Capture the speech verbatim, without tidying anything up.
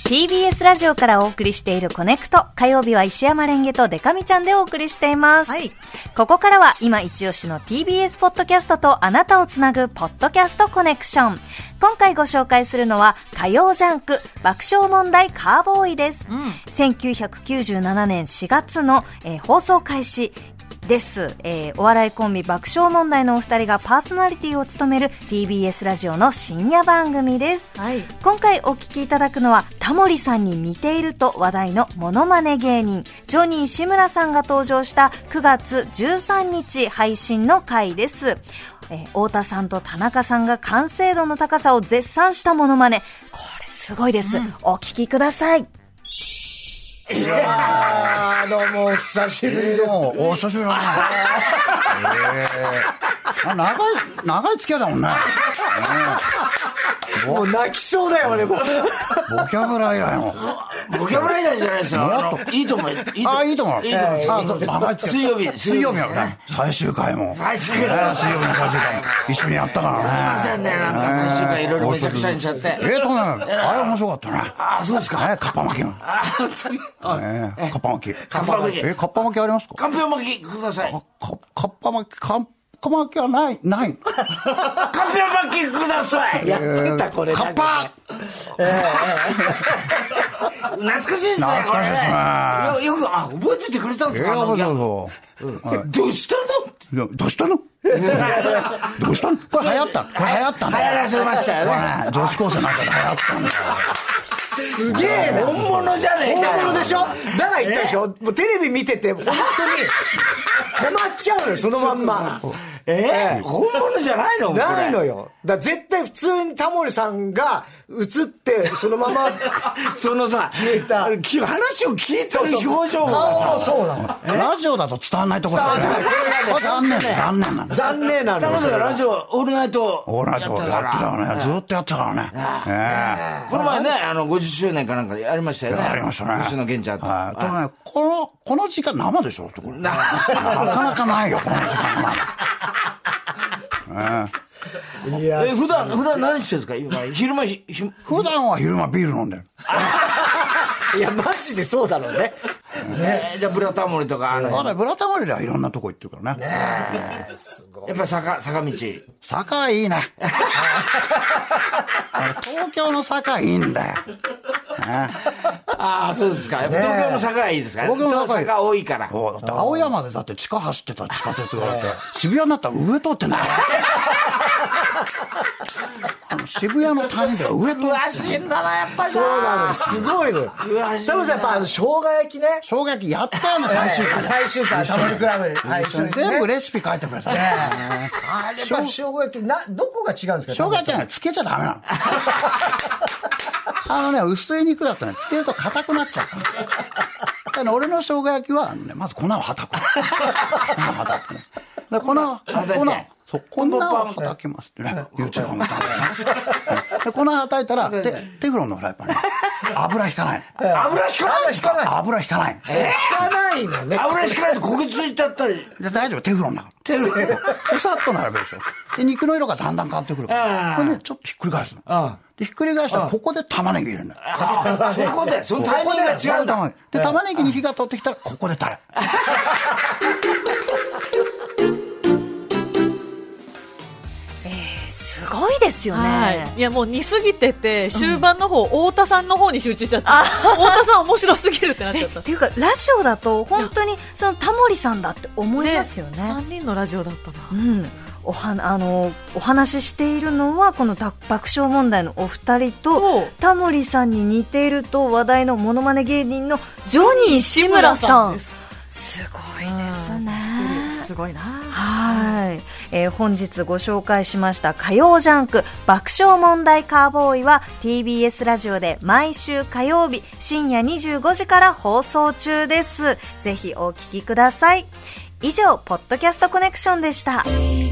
ティービーエス ラジオからお送りしているコネクト。火曜日は石山レンゲとデカミちゃんでお送りしています。はい。ここからは今一押しの ティービーエス ポッドキャストとあなたをつなぐポッドキャストコネクション。今回ご紹介するのは火曜ジャンク爆笑問題カーボーイです。うん、せんきゅうひゃくきゅうじゅうななねんしがつの、えー、放送開始です、えー、お笑いコンビ爆笑問題のお二人がパーソナリティを務める ティービーエス ラジオの深夜番組です、はい、今回お聞きいただくのはタモリさんに似ていると話題のモノマネ芸人ジョニー志村さんが登場したくがつじゅうさんにち配信の回です。えー、太田さんと田中さんが完成度の高さを絶賛したモノマネ、これすごいです、うん、お聞きください。 いやー、どうもお久しぶりです。 お久しぶりだね。えー、長い長い付き合いだもんね。 もう泣きそうだよ俺も。ボキャブラ以来の。 ボキャブラ以来じゃないですよ。いいと思う。 あ、いいと思う。 いいと思う。長い付き合い。水曜日。 水曜日はね。最終回も。 最終回。 水曜日の最終回も一緒にやったからね。すいませんね。なんか最終回いろいろめちゃくちゃにしちゃって。 えーとね、あれ面白かったね。 あ、そうですか。 ね、カッパ巻きの。 あ、本当に。 カッパ巻き。 カッパ巻き。 え、カッパ巻きありますか？ カッパ巻きください。 カッパ巻き、カッパ巻きはない、ない。 カッパ巻きください。 やってたこれ。 カッパ。 懐かしいですね。 懐かしいですね。 よく、あ、覚えててくれたんですか？ 覚えてるぞ。 どうしたの？どうしたの？どうしたの？これ流行った。これ流行ったんだ。 流行らせましたよね。 女子高生なんかで流行ったんだよ。 すげえ本物じゃねえか。 本物でしょ。だから言ったでしょ。もうテレビ見てて本当に止まっちゃうのよそのまんま。 えー、本物じゃないの？ ないのよ。だから絶対普通にタモリさんが映ってそのままそのさ消えた話を聞いてる表情がさ、そうなの。 ラジオだと伝わんないところだね。残念残念なんだ。 残念なの。 タモリさんがラジオオールナイトオールナイトやってたからね。ずっとやってたからね。 この前ね、あのごじゅっしゅうねんかなんかやりましたよね。 やりましたね。 星野源ちゃんと。 はい。このこの時間生でしょ。なかなかないよこの時間。 いや、え、普段普段何してるんですか？昼間ひ普段は昼間ビール飲んでる。 いやマジでそうだろうね。 ね、じゃあブラタモリとか、 まだブラタモリではいろんなとこ行ってるからね。 ね、すごい。やっぱり坂坂道。 坂いいね。東京の坂いいんだよ。 ああ、そうですか。やっぱ東京の坂がいいですかね。東京の坂多いから。 だって青山でだって地下走ってた地下鉄があって、渋谷になったら上通ってない。あの渋谷の谷で上通って詳しいんだな、やっぱり。 そうなの。すごいのよ。タモリさんやっぱあの生姜焼きね。 生姜焼きやったよね、最終回。 最終回、タモリクラブ。 全部レシピ書いてくれた。 あれやっぱ生姜焼き、な、どこが違うんですか？ 生姜焼きはね、つけちゃダメなの。あのね、薄い肉だとね、つけると硬くなっちゃうから。だから俺の生姜焼きは、ね、まず粉をはたく。粉をはたくね。で、粉を、粉を、そう、粉をはたきますってね。YouTube のために。で、粉はたいたら、テフロンのフライパンね。油引かない。 油引かないですか？ 油引かない。 引かないのね。 油引かないと焦げついちゃったり。 大丈夫、テフロンだから。 テフロン。 で、さっと並べるでしょ。で、肉の色がだんだん変わってくるから。これね、ちょっとひっくり返すの。で、ひっくり返したら、ここで玉ねぎ入れるんだよ。 そこで、そのタイミングが違うんだ。 で、玉ねぎに火が通ってきたら、ここでタレ。 すごいですよね、 はい、いやもう似すぎてて終盤の方、うん、太田さんの方に集中しちゃって、太田さん面白すぎるってなっちゃった。 っていうかラジオだと本当にそのタモリさんだって思いますよね。 さんにんのラジオだったな、 うん、おはあのお話ししているのはこの爆笑問題のお二人とタモリさんに似ていると話題のモノマネ芸人のジョニー志村さん。すごいですね、 すごいな。 はい、えー、本日ご紹介しました火曜ジャンク爆笑問題カーボーイは ティービーエス ラジオで毎週火曜日深夜にじゅうごじから放送中です。ぜひお聞きください。以上ポッドキャストコネクションでした。